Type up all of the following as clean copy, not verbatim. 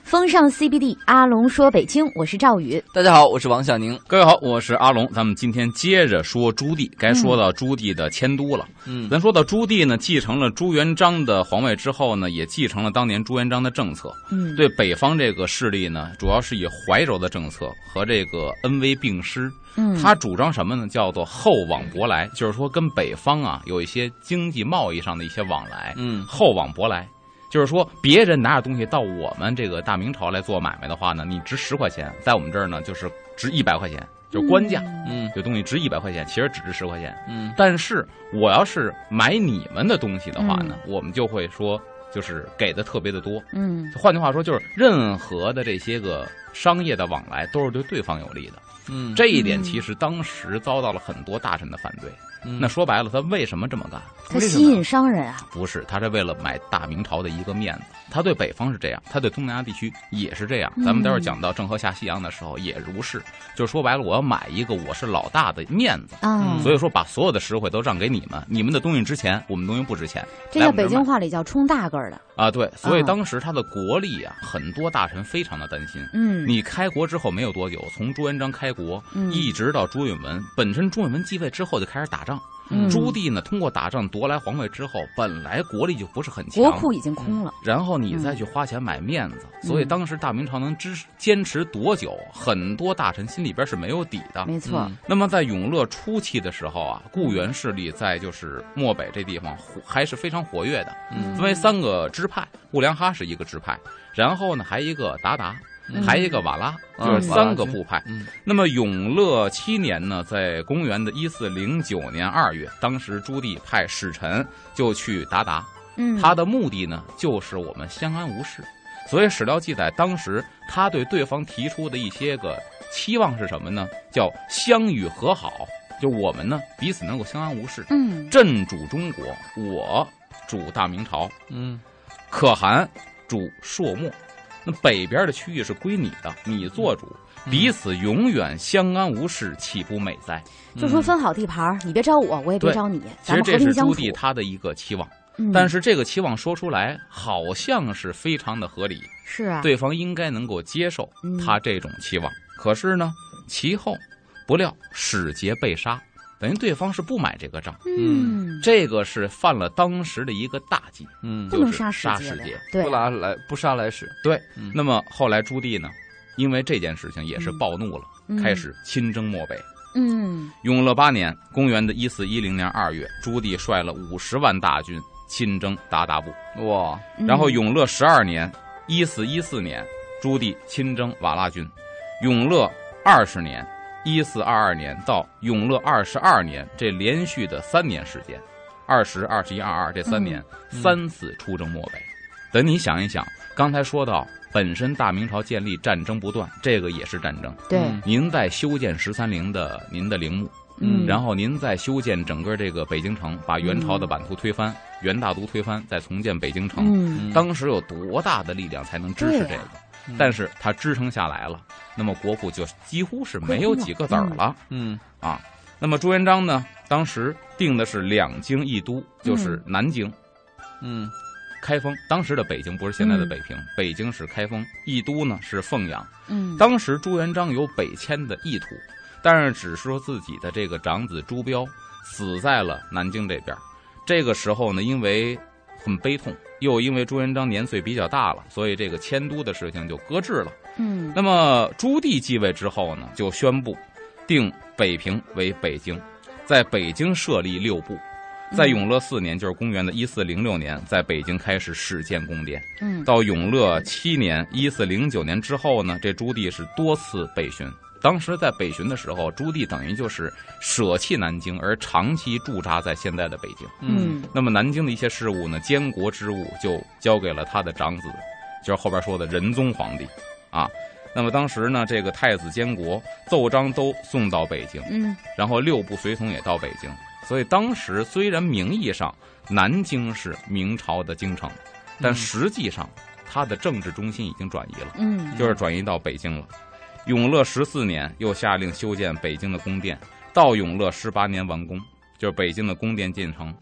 风尚 CBD， 阿龙说北京，我是赵宇。 大家好，我是王小宁。 各位好，我是阿龙。咱们今天接着说朱棣，该说到朱棣的迁都了。咱说到朱棣呢，继承了朱元璋的皇位之后呢，也继承了当年朱元璋的政策。对北方这个势力呢，主要是以怀柔的政策和这个恩威并施。他主张什么呢？叫做厚往薄来，就是说跟北方啊有一些经济贸易上的一些往来。厚往薄来。就是说，别人拿着东西到我们这个大明朝来做买卖的话呢，你值10块钱，在我们这儿呢就是值100块钱，就是官价。这东西值100块钱，其实只值10块钱。但是我要是买你们的东西的话呢，我们就会说，就是给的特别的多。换句话说，就是任何的这些个商业的往来都是对对方有利的。这一点其实当时遭到了很多大臣的反对。那说白了，他为什么这么干？ 他吸引商人啊？ 不是，他是为了买大明朝的一个面子。他对北方是这样，他对东南亚地区也是这样。咱们待会儿讲到郑和下西洋的时候也如是。就是说白了，我要买一个我是老大的面子。所以说把所有的实惠都让给你们，你们的东西值钱，我们东西不值钱。 这在北京话里叫冲大个儿的啊。对，所以当时他的国力啊，很多大臣非常的担心。你开国之后没有多久，从朱元璋开国，一直到朱允炆，本身朱允炆继位之后就开始打仗。朱棣呢，通过打仗夺来皇位之后，本来国力就不是很强， 国库已经空了。 然后你再去花钱买面子，所以当时大明朝能坚持多久，很多大臣心里边是没有底的。 没错。 那么在永乐初期的时候啊，固原势力在就是漠北这地方还是非常活跃的。分为3个支派，兀良哈是一个支派，然后呢还一个鞑靼。还一个瓦剌，就是3个部派。那么永乐7年呢，在公元的1409年2月，当时朱棣派使臣就去鞑靼，他的目的呢就是我们相安无事。所以史料记载，当时他对对方提出的一些个期望是什么呢？叫相与和好，就我们呢彼此能够相安无事。朕主中国，我主大明朝。可汗主朔漠。那北边的区域是归你的，你做主，彼此永远相安无事，岂不美哉？ 就说分好地盘，你别招我，我也别招你，咱们和平相处。 其实这是朱棣他的一个期望，但是这个期望说出来好像是非常的合理， 是啊， 对方应该能够接受他这种期望。可是呢，其后不料使节被杀。等于对方是不买这个账，这个是犯了当时的一个大忌， 不能杀使节， 对，不杀来使。 对，那么后来朱棣呢，因为这件事情也是暴怒了，开始亲征漠北。永乐8年，公元的1410年2月，朱棣率了50万大军亲征鞑靼部。 哇！ 然后永乐12年，1414年，朱棣亲征瓦剌军。永乐20年。1422年到永乐22年，这连续的3年时间，20、21、22这3年，3次出征漠北。等你想一想，刚才说到本身大明朝建立战争不断，这个也是战争。 对， 您在修建13陵的您的陵墓，然后您在修建整个这个北京城，把元朝的版图推翻，元大都推翻，再重建北京城。当时有多大的力量才能支持这个？但是它支撑下来了，那么国库就几乎是没有几个子儿了。那么朱元璋呢，当时定的是2京1都，就是南京，开封。当时的北京不是现在的北平，北京是开封，1都呢是凤阳。当时朱元璋有北迁的意图，但是只说自己的这个长子朱标死在了南京这边。这个时候呢，因为很悲痛，又因为朱元璋年岁比较大了，所以这个迁都的事情就搁置了。那么朱棣继位之后呢，就宣布定北平为北京，在北京设立6部。在永乐4年，就是公元的1406年，在北京开始始建宫殿。到永乐7年，1409年之后呢，这朱棣是多次北巡。当时在北巡的时候，朱棣等于就是舍弃南京，而长期驻扎在现在的北京。那么南京的一些事务呢，监国之务就交给了他的长子，就是后边说的仁宗皇帝啊。那么当时呢，这个太子监国奏章都送到北京，然后6部随从也到北京。所以当时虽然名义上南京是明朝的京城，但实际上它的政治中心已经转移了，就是转移到北京了。永乐14年又下令修建北京的宫殿，到永乐18年完工，就是北京的宫殿建成。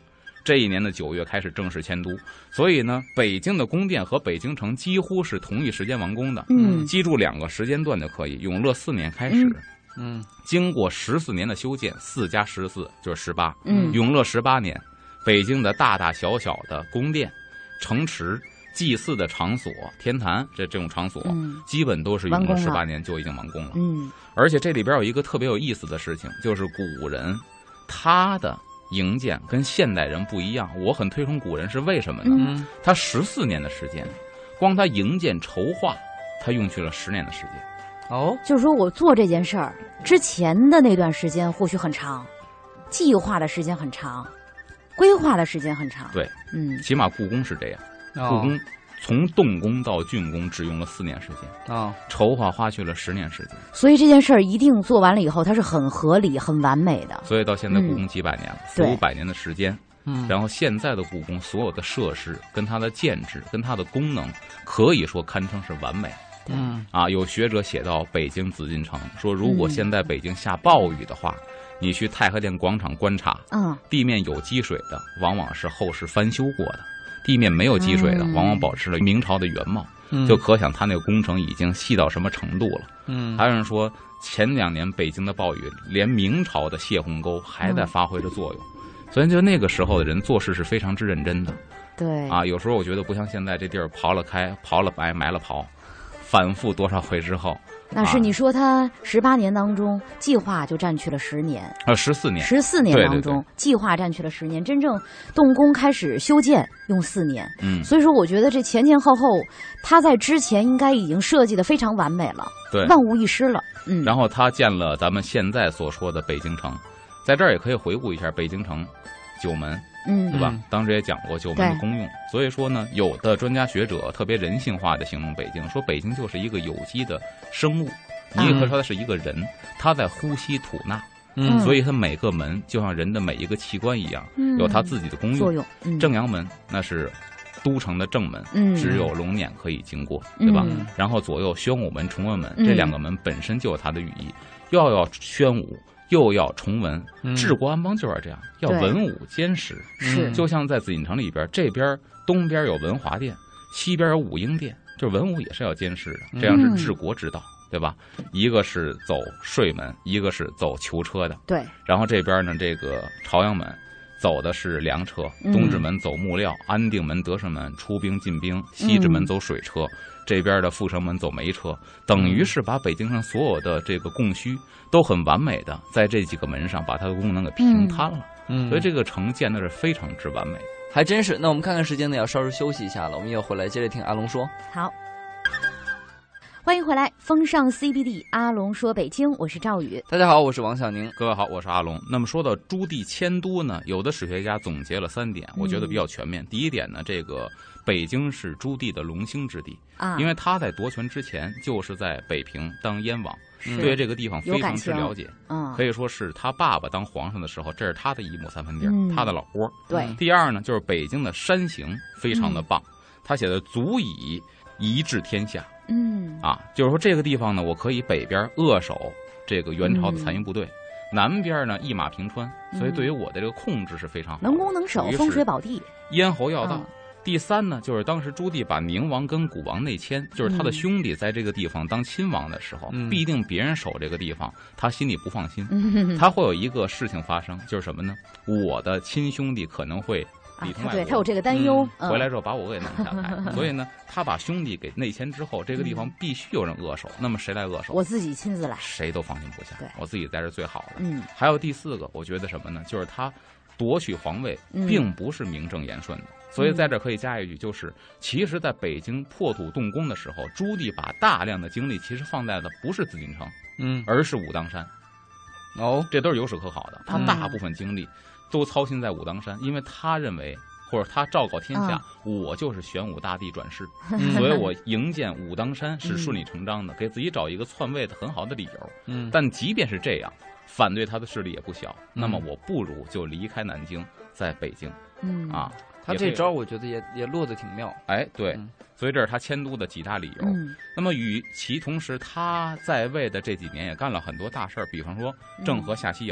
这一年的9月开始正式迁都，所以呢，北京的宫殿和北京城几乎是同一时间完工的。记住2个时间段就可以。永乐4年开始，经过14年的修建，4加14就是18。永乐18年，北京的大大小小的宫殿、城池、祭祀的场所、天坛这种场所，基本都是永乐18年就已经完工了。而且这里边有一个特别有意思的事情，就是古人他的营建跟现代人不一样。我很推崇古人是为什么呢？他14年的时间，光他营建筹划，他用去了10年的时间。 就是说我做这件事儿之前的那段时间或许很长，计划的时间很长，规划的时间很长。 对，起码故宫是这样。故宫从动工到竣工只用了4年时间筹划花去了10年时间。所以这件事儿一定做完了以后，它是很合理、很完美的。 所以到现在故宫几百年了，400-500年的时间。然后现在的故宫所有的设施、跟它的建制、跟它的功能，可以说堪称是完美。有学者写到北京紫禁城，说如果现在北京下暴雨的话，你去太和殿广场观察，地面有积水的，往往是后世翻修过的。地面没有积水的，往往保持了明朝的原貌，就可想它那个工程已经细到什么程度了。还有人说，前2年北京的暴雨，连明朝的泄洪沟还在发挥着作用，所以就那个时候的人做事是非常之认真的。 对有时候我觉得不像现在这地儿刨了开，刨了埋，埋了刨，反复多少回之后。 那是你说他18年当中，计划就占去了10年 ，14年 ，14年当中，对，计划占去了10年，真正动工开始修建用4年。所以说我觉得这前前后后，他在之前应该已经设计的非常完美了， 对， 万无一失了。 然后他建了咱们现在所说的北京城，在这儿也可以回顾一下北京城9门。对吧？当时也讲过9门的功用，所以说呢，有的专家学者特别人性化的形容北京，说北京就是一个有机的生物，你也可以说它是一个人，他在呼吸吐纳，所以它每个门就像人的每一个器官一样，有它自己的功用。 作用。 正阳门那是都城的正门，只有龙辇可以经过，对吧？然后左右宣武门、崇文门这2个门本身就有它的寓意，要宣武。又要崇文，治国安邦就是这样，要文武兼施。就像在紫禁城里边，这边东边有文华殿，西边有武英殿，就是文武也是要兼施的，这样是治国之道，对吧？一个是走税门，一个是走囚车的。 对。 然后这边呢，这个朝阳门走的是粮车，东直门走木料，安定门、德胜门出兵进兵，西直门走水车。这边的阜成门走煤车，等于是把北京城所有的这个供需都很完美的在这几个门上把它的功能给平摊了。所以这个城建的是非常之完美。 还真是。那我们看看时间呢，要稍事休息一下了，我们又回来接着听阿龙说。 好，欢迎回来，风尚 CBD， 阿龙说北京，我是赵宇。 大家好，我是王小宁。 各位好，我是阿龙。那么说到朱棣迁都呢，有的史学家总结了3点，我觉得比较全面。第一点呢，这个北京是朱棣的龙兴之地因为他在夺权之前就是在北平当燕王，对这个地方非常之了解，可以说是他爸爸当皇上的时候，这是他的1亩3分地，他的老窝。 对。 第二呢，就是北京的山形非常的棒，他写的足以一治天下。就是说这个地方呢，我可以北边扼守这个元朝的残余部队，南边呢一马平川，所以对于我的这个控制是非常好的， 能攻能守，风水宝地， 咽喉要道。第3呢，就是当时朱棣把宁王跟古王内迁，就是他的兄弟在这个地方当亲王的时候，必定别人守这个地方，他心里不放心，他会有一个事情发生，就是什么呢？我的亲兄弟可能会里通外国， 对，他有这个担忧， 回来之后把我给弄下台，所以呢，他把兄弟给内迁之后，这个地方必须有人扼守。那么谁来扼守？ 我自己亲自来， 谁都放心不下。 对， 我自己在这最好的。还有第4个，我觉得什么呢？就是他夺取皇位并不是名正言顺的。所以在这可以加一句，就是其实在北京破土动工的时候，朱棣把大量的精力其实放在的不是紫禁城，而是武当山。这都是有史可考的。他大部分精力都操心在武当山，因为他认为或者他昭告天下，我就是玄武大帝转世，所以我营建武当山是顺理成章的，给自己找一个篡位的很好的理由。但即便是这样，反对他的势力也不小。那么我不如就离开南京，在北京。 他这招我觉得也落得挺妙。 对，所以这是他迁都的几大理由。那么与其同时，他在位的这几年也干了很多大事儿，比方说郑和下西洋。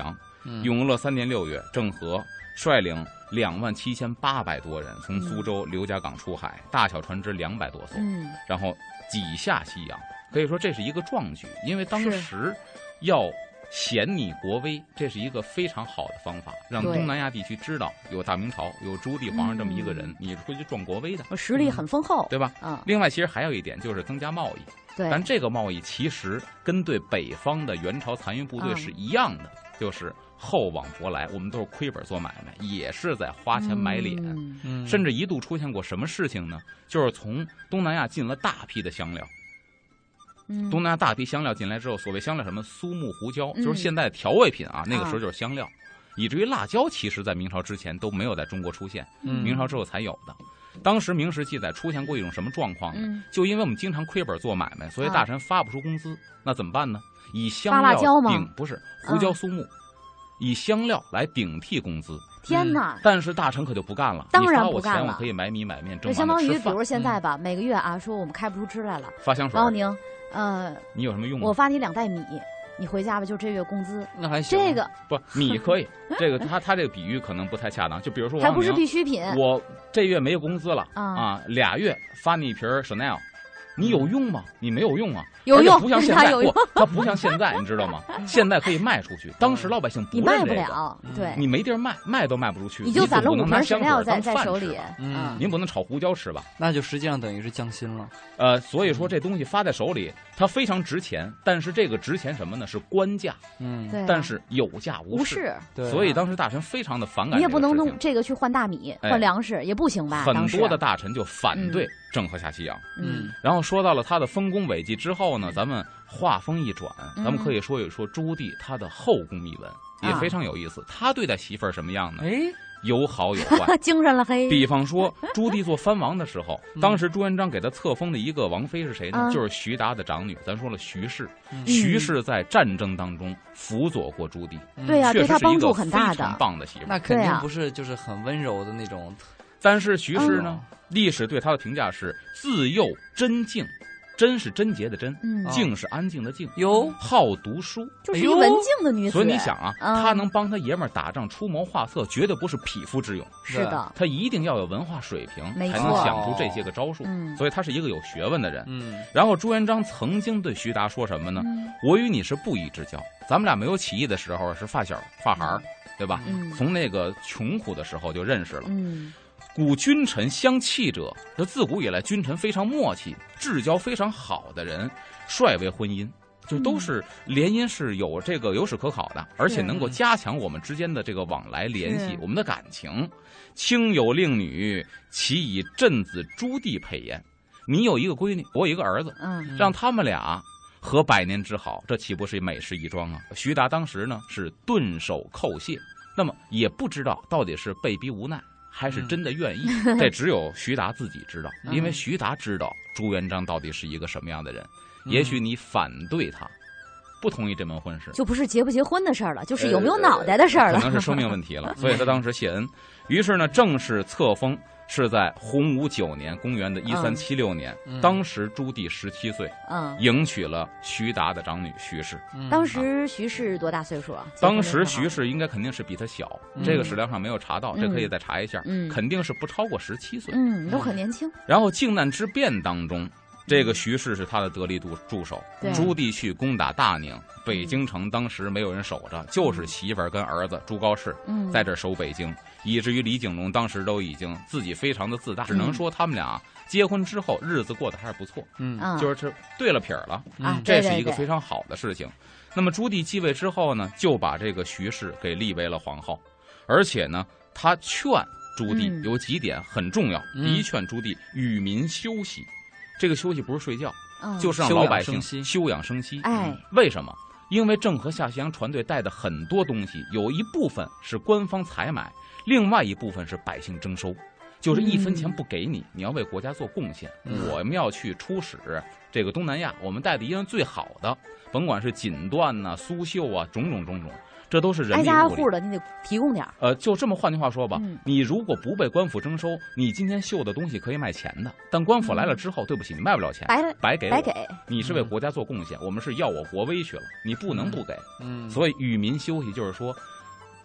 永乐3年6月，郑和率领27800多人从苏州刘家港出海，大小船只200多艘，然后挤下西洋。可以说这是一个壮举，因为当时要显你国威，这是一个非常好的方法，让东南亚地区知道有大明朝有朱棣皇上这么一个人，你是会去壮国威的， 实力很丰厚， 对吧？另外其实还有一点就是增加贸易，但这个贸易其实跟对北方的元朝残余部队是一样的，就是厚往薄来，我们都是亏本做买卖，也是在花钱买脸，甚至一度出现过什么事情呢？就是从东南亚进了大批的香料。东南亚大批香料进来之后，所谓香料什么苏木胡椒，就是现在的调味品啊，那个时候就是香料，以至于辣椒其实在明朝之前都没有在中国出现，明朝之后才有的。当时明史记载出现过一种什么状况呢？就因为我们经常亏本做买卖，所以大臣发不出工资，那怎么办呢？以香料不是胡椒苏木，以香料来顶替工资。 天哪！ 但是大臣可就不干了， 当然不干了。 你发我钱，我可以买米买面， 就相当于比如现在吧，每个月啊，说我们开不出支来了， 发香水。 王宁， 你有什么用？ 我发你2袋米，你回家吧，就这月工资。 那还行。 这个不米可以，这个他这个比喻可能不太恰当。就比如说还不是必需品， 我这月没有工资了2月发你一瓶 Chanel。你有用吗？你没有用啊， 有用， 不像现在，它不像现在，你知道吗？现在可以卖出去，当时老百姓不认这个， 你卖不了，对， 你没地儿卖都卖不出去， 你就攒了5瓶香料在手里， 您不能炒胡椒吃吧？ 那就实际上等于是降薪了。 所以说这东西发在手里，它非常值钱，但是这个值钱什么呢？是官价， 对， 但是有价无市， 对， 所以当时大臣非常的反感。 你也不能用这个去换大米、换粮食，也不行吧？ 很多的大臣就反对郑和下西洋，然后说到了他的丰功伟绩之后呢，咱们话锋一转，咱们可以说一说朱棣他的后宫秘闻也非常有意思。他对待媳妇儿什么样呢？有好有坏， 精神了嘿。 比方说朱棣做藩王的时候，当时朱元璋给他册封的一个王妃是谁呢？就是徐达的长女，咱说了徐氏。徐氏在战争当中辅佐过朱棣， 对呀，对他帮助很大的， 非常棒的媳妇。 那肯定不是就是很温柔的那种。 但是徐氏呢，历史对他的评价是自幼贞静。贞是贞洁的贞，静是安静的静，好读书， 就是一文静的女子。 所以你想啊，她能帮他爷们儿打仗出谋划策，绝对不是匹夫之勇。 是的， 她一定要有文化水平，才能想出这些个招数。所以她是一个有学问的人。然后朱元璋曾经对徐达说什么呢？我与你是不义之交，咱们俩没有起义的时候是发小发孩儿，对吧？从那个穷苦的时候就认识了。古君臣相契者，这自古以来君臣非常默契，至交非常好的人，率为婚姻，就都是联姻是有这个有史可考的，而且能够加强我们之间的这个往来联系，我们的感情。卿有令女，其以朕子朱棣配焉。你有一个闺女，我有一个儿子，让他们俩和百年之好，这岂不是美事一桩啊？徐达当时呢是顿首叩谢，那么也不知道到底是被逼无奈。还是真的愿意，这只有徐达自己知道，因为徐达知道朱元璋到底是一个什么样的人。也许你反对他，不同意这门婚事， 就不是结不结婚的事儿了，就是有没有脑袋的事儿了， 可能是生命问题了。所以他当时谢恩，于是呢，正式册封是在洪武9年，公元的1376年，当时朱棣17岁，迎娶了徐达的长女徐氏。 当时徐氏多大岁数啊？ 当时徐氏应该肯定是比他小，这个史料上没有查到，这可以再查一下，肯定是不超过17岁， 都很年轻。 然后靖难之变当中，这个徐氏是他的得力助手。朱棣去攻打大宁，北京城当时没有人守着，就是媳妇儿跟儿子朱高炽在这守北京，以至于李景龙当时都已经自己非常的自大，只能说他们俩结婚之后日子过得还是不错，就是对了撇了，这是一个非常好的事情。那么朱棣继位之后呢，就把这个徐氏给立为了皇后，而且呢，他劝朱棣有几点很重要。第一，劝朱棣与民休息。这个休息不是睡觉，就是让老百姓休养生息。为什么？因为郑和下西洋船队带的很多东西，有一部分是官方采买，另外一部分是百姓征收，就是一分钱不给你，你要为国家做贡献。我们要去出使这个东南亚，我们带的一样最好的，甭管是锦缎呐、苏绣啊，种种。这都是人民挨家挨户的，你得提供点。 就这么换句话说吧，你如果不被官府征收，你今天绣的东西可以卖钱的，但官府来了之后，对不起，你卖不了钱，白给。你是为国家做贡献，我们是要我国威去了，你不能不给。所以与民休息，就是说，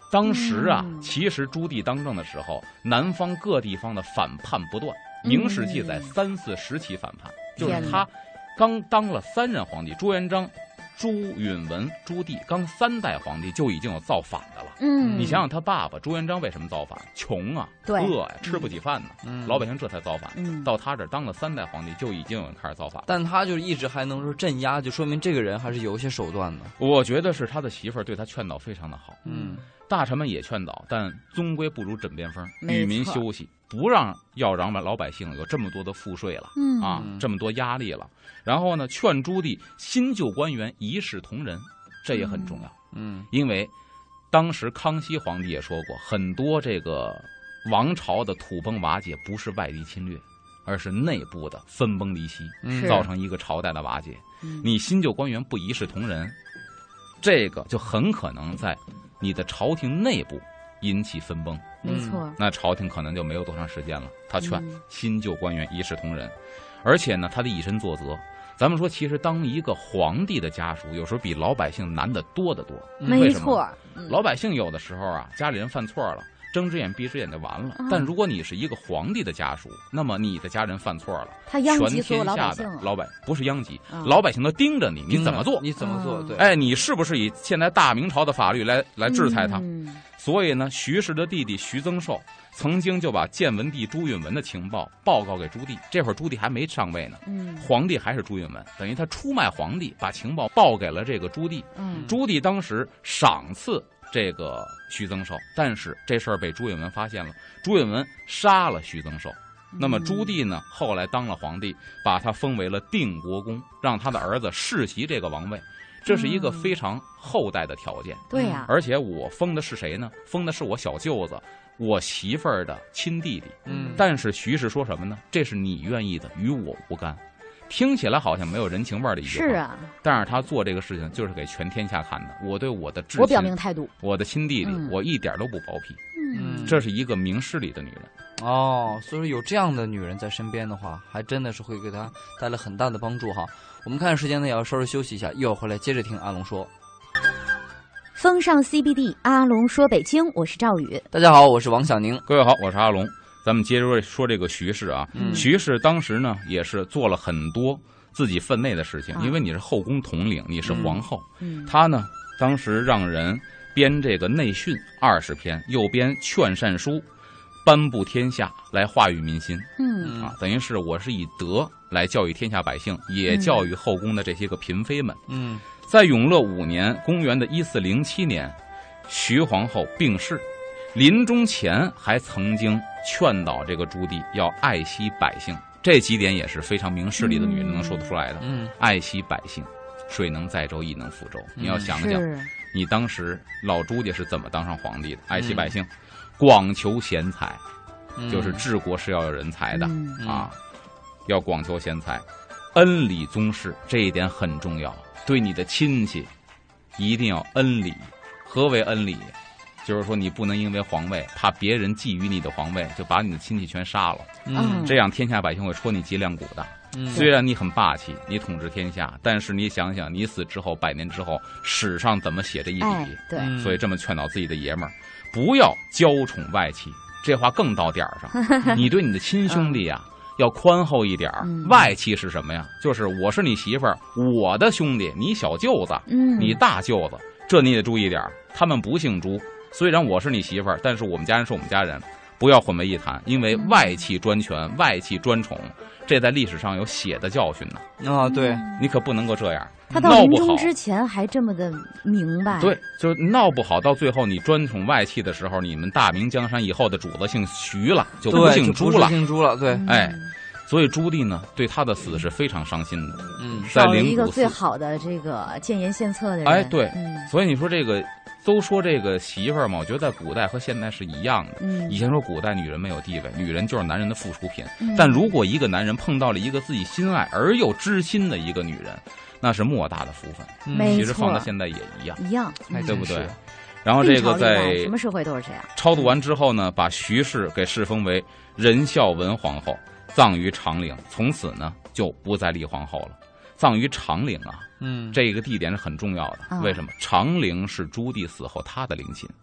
当时啊，其实朱棣当政的时候，南方各地方的反叛不断，明史记载3、4、10起反叛，就是他刚当了3任皇帝，朱元璋、朱允文、朱棣刚3代皇帝就已经有造反的了。你想想他爸爸朱元璋为什么造反？穷啊，饿呀，吃不起饭呢，老百姓这才造反。到他这儿当了3代皇帝，就已经有人开始造反， 但他就一直还能说镇压，就说明这个人还是有一些手段的。 我觉得是他的媳妇儿对他劝导非常的好。大臣们也劝导，但终归不如枕边风，与民休息，不让老百姓有这么多的赋税了，这么多压力了。然后呢，劝朱棣新旧官员一视同仁，这也很重要。因为当时康熙皇帝也说过，很多这个王朝的土崩瓦解不是外敌侵略，而是内部的分崩离析，造成一个朝代的瓦解。你新旧官员不一视同仁，这个就很可能在你的朝廷内部引起分崩， 没错， 那朝廷可能就没有多长时间了。他劝新旧官员一视同仁，而且呢，他得以身作则。咱们说，其实当一个皇帝的家属，有时候比老百姓难得多得多。 没错， 老百姓有的时候啊，家里人犯错了，睁只眼闭只眼就完了。但如果你是一个皇帝的家属，那么你的家人犯错了， 他殃及所有全天下的老百姓不是殃及，老百姓都盯着你，你怎么做？ 你怎么做？对， 哎，你是不是以现在大明朝的法律来制裁他？所以呢，徐氏的弟弟徐增寿曾经就把建文帝朱允文的情报报告给朱棣，这会儿朱棣还没上位呢，皇帝还是朱允文，等于他出卖皇帝，把情报报给了这个朱棣。朱棣当时赏赐这个徐增寿，但是这事儿被朱允文发现了，朱允文杀了徐增寿。那么朱棣呢，后来当了皇帝，把他封为了定国公，让他的儿子世袭这个王位。这是一个非常后代的条件。 对呀， 而且我封的是谁呢？封的是我小舅子，我媳妇儿的亲弟弟。但是徐氏说什么呢？这是你愿意的，与我无干。听起来好像没有人情味的一句话。是啊，但是他做这个事情就是给全天下看的。我对我的至亲， 我表明态度， 我的亲弟弟，我一点都不薄皮。这是一个明事理的女人。 所以说有这样的女人在身边的话，还真的是会给她带来很大的帮助哈。我们看时间呢，也要稍微休息一下，一会儿回来接着听阿龙说。 风尚 CBD， 阿龙说北京，我是赵宇。 大家好，我是王小宁。 各位好，我是阿龙。咱们接着说这个徐氏啊，徐氏当时呢也是做了很多自己分内的事情，因为你是后宫统领，你是皇后，他呢当时让人编这个内训20篇，又编劝善书，颁布天下来化育民心。等于是我是以德来教育天下百姓，也教育后宫的这些个嫔妃们。在永乐5年，公元的1407年，徐皇后病逝，临终前还曾经劝导这个朱棣要爱惜百姓，这几点也是非常明事理的女人能说得出来的。爱惜百姓，水能载舟，亦能覆舟。你要想想，你当时老朱家是怎么当上皇帝的？爱惜百姓，广求贤才，就是治国是要有人才的啊，要广求贤才，恩礼宗室，这一点很重要。对你的亲戚一定要恩礼。何为恩礼？就是说你不能因为皇位怕别人觊觎你的皇位，就把你的亲戚全杀了。这样天下百姓会戳你脊梁骨的。虽然你很霸气，你统治天下，但是你想想，你死之后100年之后，史上怎么写这一笔？ 对， 所以这么劝导自己的爷们儿，不要娇宠外戚。这话更到点儿上。你对你的亲兄弟啊，要宽厚一点。外戚是什么呀？就是我是你媳妇儿，我的兄弟，你小舅子，你大舅子，这你得注意点。他们不姓朱，虽然我是你媳妇儿，但是我们家人是我们家人，不要混为一谈。因为外戚专权，外戚专宠，这在历史上有血的教训呢。 对， 你可不能够这样。 他到临终之前还这么的明白。 对，就闹不好，到最后你专宠外戚的时候，你们大明江山以后的主子姓徐了，就不姓朱了。 姓朱了，对， 所以朱棣呢，对他的死是非常伤心的。 少了一个最好的这个建言献策的人。 对，所以你说这个。都说这个媳妇儿嘛，我觉得在古代和现在是一样的。以前说古代女人没有地位，女人就是男人的附属品。但如果一个男人碰到了一个自己心爱而又知心的一个女人，那是莫大的福分。其实放到现在也一样，对不对？然后这个在什么社会都是这样。 超度完之后呢，把徐氏给世封为仁孝文皇后，葬于长陵。从此呢，就不再立皇后了。葬于长陵啊，这个地点是很重要的。为什么？长陵是朱棣死后他的陵寝，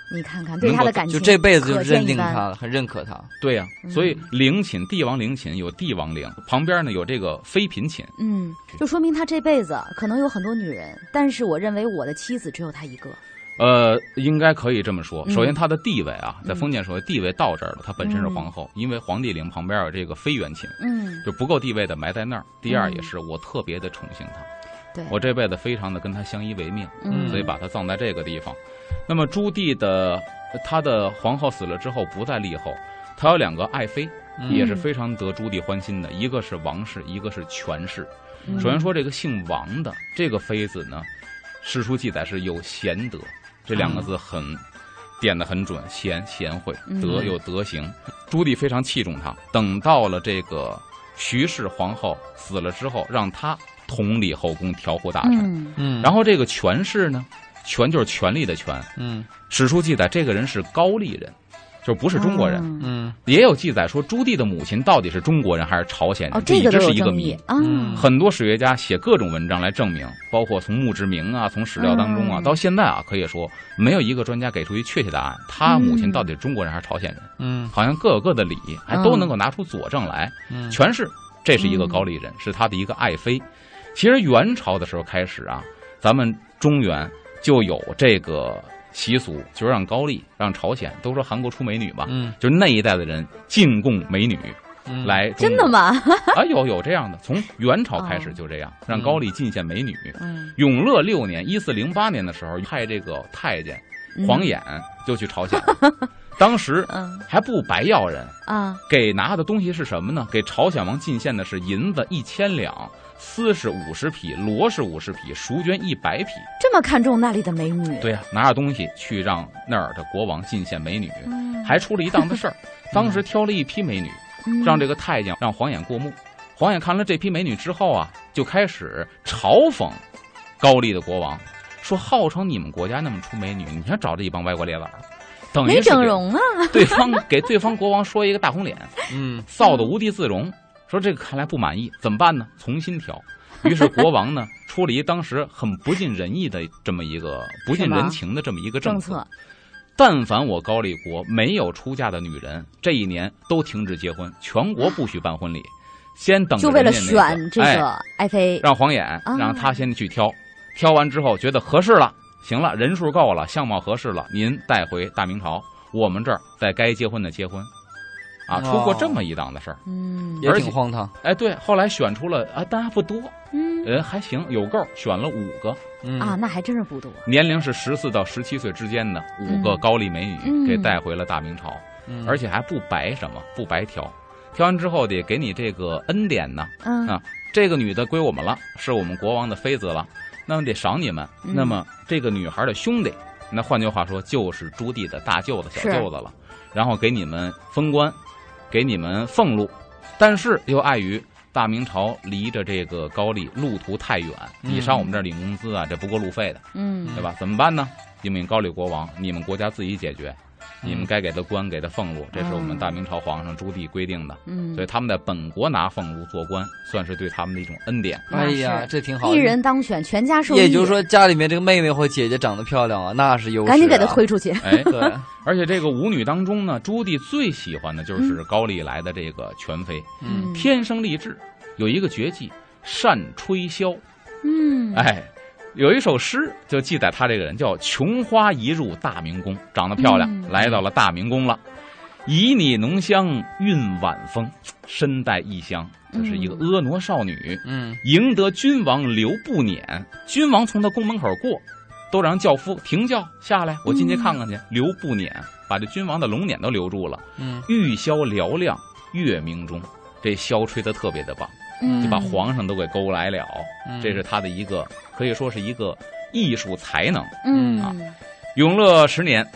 你看看对他的感情， 就这辈子就认定他了，很认可他。 对呀，所以陵寝，帝王陵寝有帝王陵，旁边呢有这个妃嫔寝。 就说明他这辈子可能有很多女人，但是我认为我的妻子只有他一个。 应该可以这么说。首先，她的地位啊，在封建社会地位到这儿了，她本身是皇后，因为皇帝陵旁边有这个妃园寝，就不够地位的埋在那儿。第二，也是我特别的宠幸她。 对， 我这辈子非常的跟他相依为命，所以把他葬在这个地方。那么朱棣的他的皇后死了之后不再立后，他有2个爱妃，也是非常得朱棣欢心的，一个是王氏，一个是权氏。首先说这个姓王的这个妃子呢，史书记载是有贤德，这2个字点得很准，贤惠，德有德行。朱棣非常器重他，等到了这个徐氏皇后死了之后，让他统领后宫，调护大臣。然后这个权氏呢，权就是权力的权。史书记载这个人是高丽人，就不是中国人。也有记载说朱棣的母亲到底是中国人还是朝鲜人，这一直是一个谜。很多史学家写各种文章来证明，包括从墓志铭啊，从史料当中啊，到现在啊，可以说没有一个专家给出一确切答案，他母亲到底是中国人还是朝鲜人。好像各有各的理，还都能够拿出佐证来。权氏这是一个高丽人，是他的一个爱妃。其实元朝的时候开始啊，咱们中原就有这个习俗，就是让高丽、让朝鲜，都说韩国出美女吧，就是那一代的人进贡美女来中国。 真的吗？ 啊，有这样的，从元朝开始就这样，让高丽进献美女。永乐6年1408年的时候，派这个太监黄衍就去朝鲜了。当时还不白要人啊，给拿的东西是什么呢？给朝鲜王进献的是银子1000两，丝是50匹，罗是50匹，赎绢100匹。 这么看重那里的美女？ 对呀，拿着东西去让那儿的国王进献美女，还出了一档子事儿。当时挑了一批美女，让这个太监让黄衍过目。黄衍看了这批美女之后啊，就开始嘲讽高丽的国王，说号称你们国家那么出美女，你想找这一帮歪瓜裂枣。等于没整容啊！ 给对方国王说一个大红脸，臊得无地自容。说这个看来不满意，怎么办呢？重新挑。于是国王呢出了一当时很不尽人意的这么一个不近人情的这么一个政策。但凡我高丽国没有出嫁的女人，这一年都停止结婚，全国不许办婚礼。先等着人家、那个、 就为了选这个爱妃， 让黄衍让他先去挑，挑完之后觉得合适了。行了，人数够了，相貌合适了，您带回大明朝，我们这儿在该结婚的结婚，啊，出过这么一档的事儿， 也挺荒唐。 哎，对，后来选出了啊，但还不多，人还行，有够，选了5个， 啊，那还真是不多， 年龄是14到17岁之间的5个高丽美女，给带回了大明朝，而且还不白什么，不白挑，挑完之后得给你这个恩典呢，啊，这个女的归我们了，是我们国王的妃子了。那么得赏你们，那么这个女孩的兄弟，那换句话说就是朱棣的大舅子、小舅子了，然后给你们封官，给你们俸禄，但是又碍于大明朝离着这个高丽路途太远，你上我们这儿领工资啊，这不够路费的，对吧？怎么办呢？你们高丽国王，你们国家自己解决。你们该给的官给的俸禄，这是我们大明朝皇上朱棣规定的，所以他们在本国拿俸禄做官，算是对他们的一种恩典。 哎呀，这挺好， 一人当选，全家受益。 也就是说，家里面这个妹妹或姐姐长得漂亮啊，那是优势， 赶紧给她推出去。 哎，对，而且这个5女当中呢，朱棣最喜欢的就是高丽来的这个权妃，天生丽质，有一个绝技，善吹箫。哎。有一首诗就记载他这个人叫琼花一入大明宫，长得漂亮，来到了大明宫了，旖旎浓香韵晚风，身带异香，就是一个婀娜少女，迎得君王留步辇，君王从他宫门口过，都让轿夫停轿下来，我进去看看去，留步辇，把这君王的龙辇都留住了，玉箫嘹亮月明中，这箫吹得特别的棒，就把皇上都给勾来了，这是他的一个可以说是一个艺术才能。永乐10年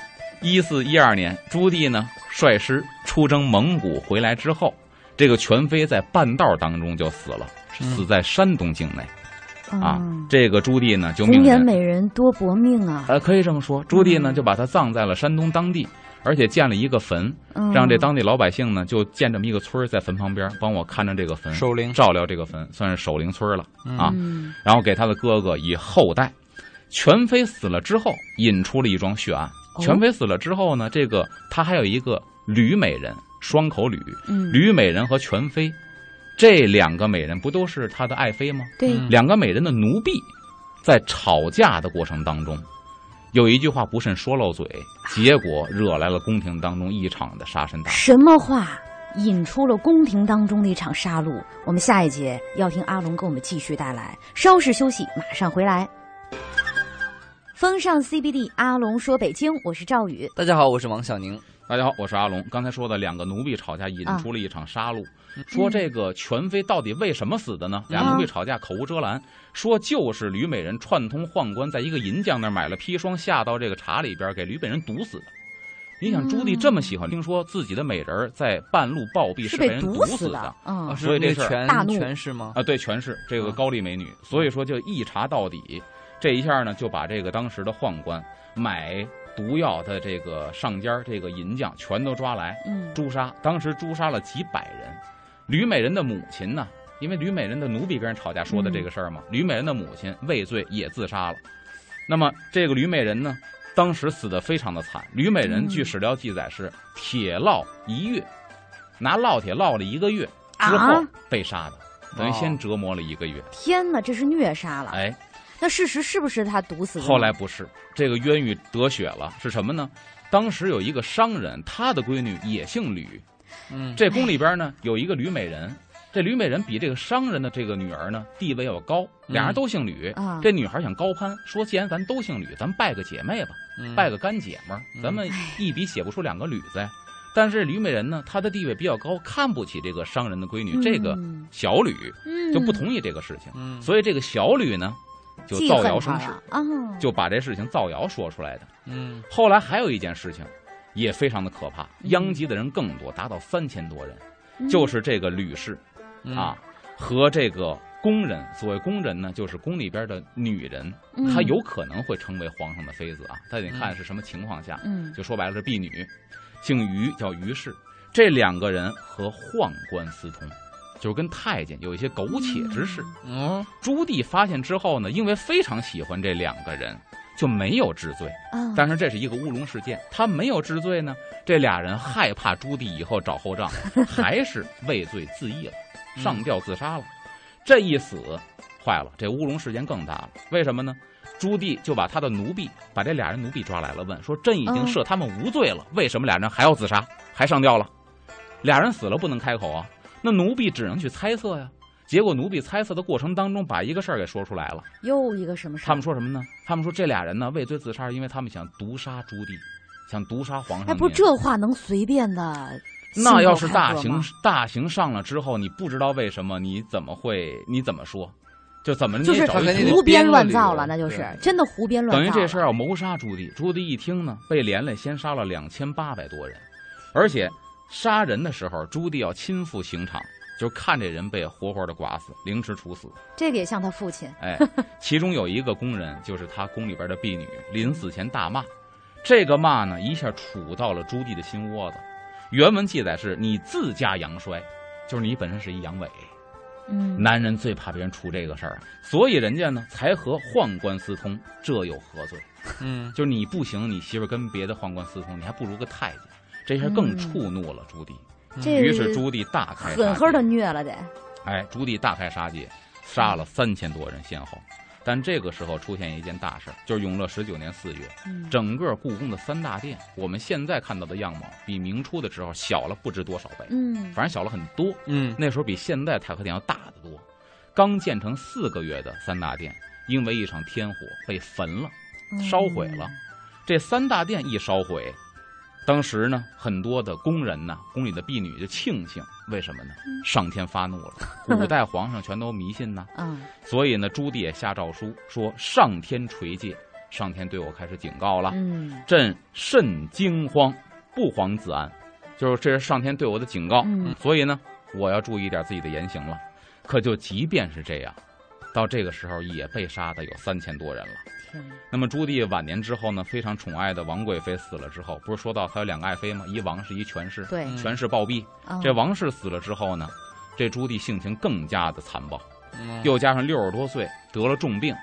1412年，朱棣呢率师出征蒙古回来之后，这个权妃在半道当中就死了，死在山东境内。这个朱棣呢就命人，红颜美人多薄命啊。 可以这么说，朱棣呢就把他葬在了山东当地。而且建了一个坟，让这当地老百姓呢就建这么一个村，在坟旁边帮我看着这个坟， 守灵照料这个坟，算是守灵村了啊。然后给他的哥哥以后代。权妃死了之后，引出了一桩血案， 全妃死了之后呢，这个他还有一个吕美人，双口吕，吕美人和全妃，这两个美人不都是他的爱妃吗？ 对， 两个美人的奴婢，在吵架的过程当中，有一句话不慎说漏嘴，结果惹来了宫廷当中一场的杀身大。 什么话引出了宫廷当中的一场杀戮？我们下一节要听阿龙给我们继续带来。稍事休息，马上回来。风尚 CBD， 阿龙说北京，我是赵宇。 大家好，我是王小宁。 大家好，我是阿龙。刚才说的两个奴婢吵架引出了一场杀戮，说这个全妃到底为什么死的呢？俩奴婢吵架口无遮拦，说就是吕美人串通宦官，在一个银匠那儿买了砒霜，下到这个茶里边，给吕美人毒死的。你想朱棣这么喜欢，听说自己的美人在半路暴毙，是被人毒死的，所以这事儿权势吗？ 啊，对，权势，这个高丽美女，所以说就一查到底。这一下呢，就把这个当时的宦官买毒药的这个上家这个银匠全都抓来，诛杀。当时诛杀了几百人。吕美人的母亲呢，因为吕美人的奴婢跟人吵架说的这个事儿嘛，吕美人的母亲畏罪也自杀了。那么这个吕美人呢，当时死得非常的惨。吕美人据史料记载是铁烙1月，拿烙铁烙了1个月之后被杀的，等于先折磨了1个月。 天哪，这是虐杀了！ 哎。 那事实是不是他毒死的？ 后来不是，这个冤狱得雪了，是什么呢？当时有一个商人，他的闺女也姓吕，这宫里边呢有一个吕美人，这吕美人比这个商人的这个女儿呢地位要高，俩人都姓吕，这女孩想高攀，说既然咱都姓吕，咱拜个姐妹吧，拜个干姐们儿，咱们一笔写不出2个吕子。但是吕美人呢，她的地位比较高，看不起这个商人的闺女，这个小吕就不同意这个事情，所以这个小吕呢就造谣生事，就把这事情造谣说出来的。后来还有一件事情也非常的可怕，殃及的人更多，达到3000多人，就是这个吕氏和这个宫人，所谓宫人呢，就是宫里边的女人，她有可能会成为皇上的妃子啊，她得看是什么情况下，就说白了是婢女，姓于，叫于氏。这2个人和宦官私通，就是跟太监有一些苟且之事。朱棣发现之后呢，因为非常喜欢这2个人，就没有治罪。但是这是一个乌龙事件，他没有治罪呢，这俩人害怕朱棣以后找后账，还是畏罪自缢了，上吊自杀了。这一死坏了，这乌龙事件更大了。为什么呢？朱棣就把他的奴婢，把这俩人奴婢抓来了，问说：“朕已经赦他们无罪了，为什么俩人还要自杀，还上吊了？俩人死了不能开口啊。”那奴婢只能去猜测呀。结果奴婢猜测的过程当中，把一个事儿给说出来了。 又一个什么事？ 他们说什么呢？他们说这俩人呢畏罪自杀，因为他们想毒杀朱棣，想毒杀皇上。 哎，不是这话能随便的？ 那要是大刑上了之后，你不知道为什么，你怎么说？就怎么就是胡编乱造了，那就是真的胡编乱造。 等于这事儿要谋杀朱棣。朱棣一听呢，被连累，先杀了2800多人，而且杀人的时候，朱棣要亲赴刑场，就看这人被活活的剐死，凌迟处死。 这个也像他父亲。 其中有一个宫人，就是他宫里边的婢女，临死前大骂，这个骂呢一下杵到了朱棣的心窝子。原文记载是：你自家阳衰，就是你本身是一阳痿。男人最怕别人出这个事儿，所以人家呢才和宦官私通，这有何罪？就是你不行，你媳妇跟别的宦官私通，你还不如个太监。这下更触怒了朱棣，于是朱棣大开杀戒， 狠狠的虐了得。 朱棣大开杀戒，杀了3000多人先后。但这个时候出现一件大事，就是永乐19年4月，整个故宫的3大殿，我们现在看到的样貌比明初的时候小了不知多少倍，反正小了很多。那时候比现在太和殿要大得多。刚建成4个月的3大殿，因为一场天火被焚了，烧毁了。这3大殿一烧毁，当时呢，很多的宫人呢，宫里的婢女就庆幸，为什么呢？上天发怒了，古代皇上全都迷信呢，所以呢，朱棣也下诏书说：上天垂戒，上天对我开始警告了，朕甚惊慌，不遑子安，就是这是上天对我的警告，所以呢，我要注意点自己的言行了。可就即便是这样，到这个时候也被杀的有3000多人了。那么朱棣晚年之后呢，非常宠爱的王贵妃死了之后，不是说到他有2个爱妃吗？一王氏，一权氏。对，权氏暴毙。这王氏死了之后呢，这朱棣性情更加的残暴，又加上60多岁得了重病，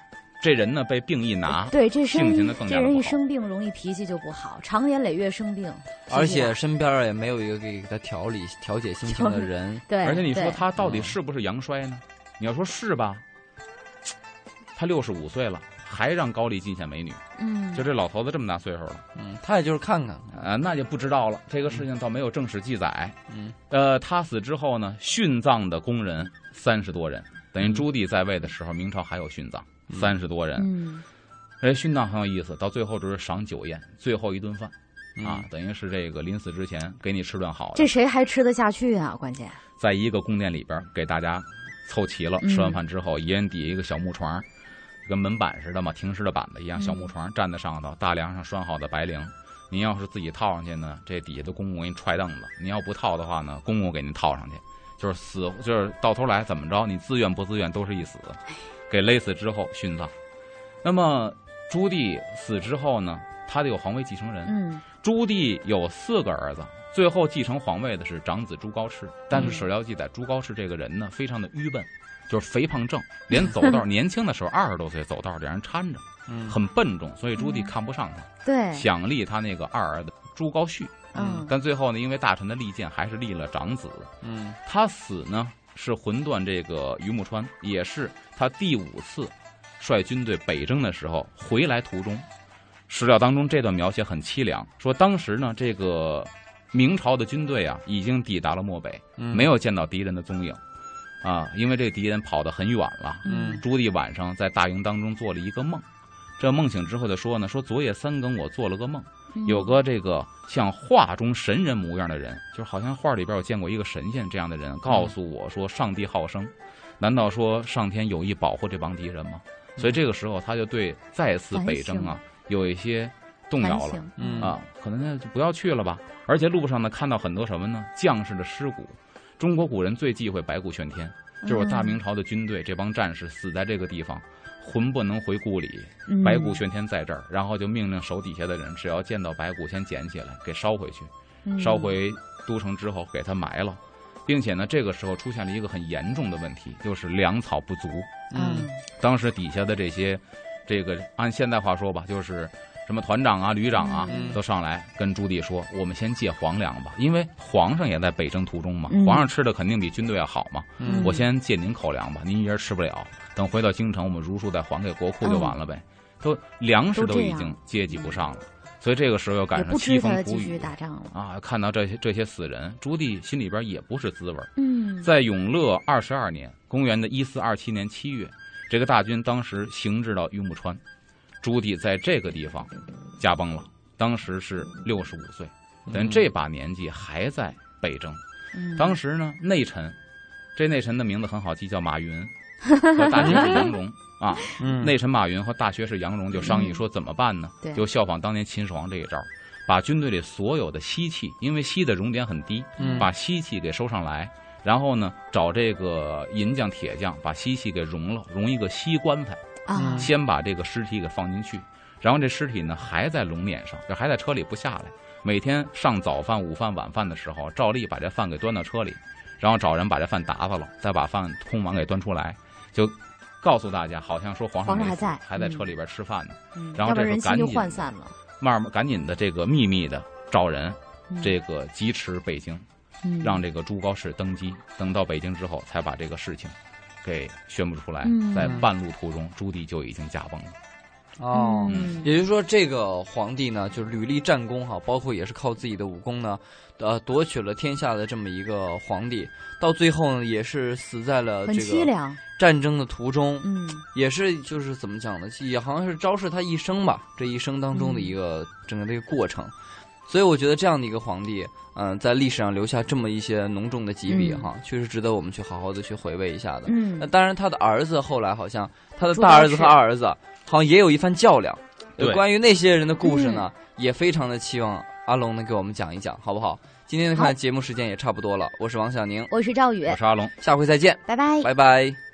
这人呢被病一拿， 对，这性情的更加这人不好一生病容易脾气就不好，长年累月生病， 而且身边也没有一个给他调节心情的人。 对， 而且你说他到底是不是阳衰呢？你要说是吧，他65岁了，还让高丽进献美女，就这老头子这么大岁数了， 他也就是看看那就不知道了。这个事情倒没有正史记载。他死之后呢，殉葬的工人30多人，等于朱棣在位的时候，明朝还有殉葬30多人。殉葬很有意思，到最后就是赏酒宴，最后一顿饭等于是这个临死之前给你吃顿好的。 这谁还吃得下去啊？关键在一个宫殿里边给大家凑齐了，吃完饭之后，一人底下一个小木床，跟门板似的嘛，停尸的板子一样，小木床站在上头，大梁上拴好的白绫。您要是自己套上去呢，这底下的公公给你踹凳子；您要不套的话呢，公公给您套上去。就是到头来怎么着，你自愿不自愿都是一死，给勒死之后殉葬。那么朱棣死之后呢，他得有皇位继承人。朱棣有4个儿子，最后继承皇位的是长子朱高炽。但是史料记载，朱高炽这个人呢，非常的愚笨，就是肥胖正，连走道年轻的时候20多岁走道让人搀着，很笨重，所以朱棣看不上他， 对， 想立他那个二儿子朱高煦。但最后呢，因为大臣的力荐，还是立了长子。他死呢是魂断这个榆木川，也是他第5次率军队北征的时候回来途中。史料当中这段描写很凄凉，说当时呢这个明朝的军队已经抵达了漠北，没有见到敌人的踪影因为这敌人跑得很远了。朱棣晚上在大营当中做了一个梦，这梦醒之后就说呢，说昨夜3更我做了个梦，有个这个像画中神人模样的人，就是好像画里边有见过一个神仙这样的人，告诉我说上帝好生，难道说上天有意保护这帮敌人吗？所以这个时候他就对再次北征有一些动摇了可能就不要去了吧。而且路上呢看到很多什么呢？将士的尸骨。中国古人最忌讳白骨玄天，就是大明朝的军队这帮战士死在这个地方，魂不能回故里，白骨玄天在这儿，然后就命令手底下的人，只要见到白骨先捡起来给烧回去，烧回都城之后给他埋了，并且呢这个时候出现了一个很严重的问题，就是粮草不足。当时底下的这个按现代话说吧，就是什么团长旅长都上来跟朱棣说，我们先借皇粮吧，因为皇上也在北征途中嘛，皇上吃的肯定比军队要好嘛，我先借您口粮吧，您一人吃不了，等回到京城我们如数再还给国库就完了呗。都粮食都已经接济不上了，所以这个时候又赶上凄风苦雨打仗了看到这些死人，朱棣心里边也不是滋味。在永乐22年，公元的1427年7月，这个大军当时行至到榆木川，朱棣在这个地方驾崩了，当时是65岁，但这把年纪还在北征。当时呢，内臣，这内臣的名字很好记，叫马云，和大学士杨荣内臣马云和大学士杨荣就商议说怎么办呢？就效仿当年秦始皇这一招，把军队里所有的锡器，因为锡的熔点很低，把锡器给收上来，然后呢找这个银匠铁匠把锡器给熔了，熔一个锡棺材先把这个尸体给放进去，然后这尸体呢还在龙辇上，就还在车里不下来，每天上早饭午饭晚饭的时候照例把这饭给端到车里，然后找人把这饭打发了，再把饭空碗给端出来，就告诉大家好像说皇上还在车里边吃饭呢。然后这时候赶紧涣散了，慢慢赶紧的这个秘密的找人这个疾驰北京，让这个朱高炽登基，等到北京之后才把这个事情给宣布出来。在半路途中朱棣就已经驾崩了。 也就是说这个皇帝呢就是屡立战功包括也是靠自己的武功呢夺取了天下的这么一个皇帝，到最后呢也是死在了这个战争的途中。也是就是怎么讲呢，也好像是昭示他一生吧，这一生当中的一个整个这个过程。所以我觉得这样的一个皇帝在历史上留下这么一些浓重的几笔确实值得我们去好好的去回味一下的。那当然他的儿子后来好像他的大儿子和二儿子好像也有一番较量，关于那些人的故事呢也非常的期望阿龙能给我们讲一讲，好不好？今天的看节目时间也差不多了，我是王小宁， 我是赵宇， 我是阿龙， 下回再见， 拜拜， 拜拜。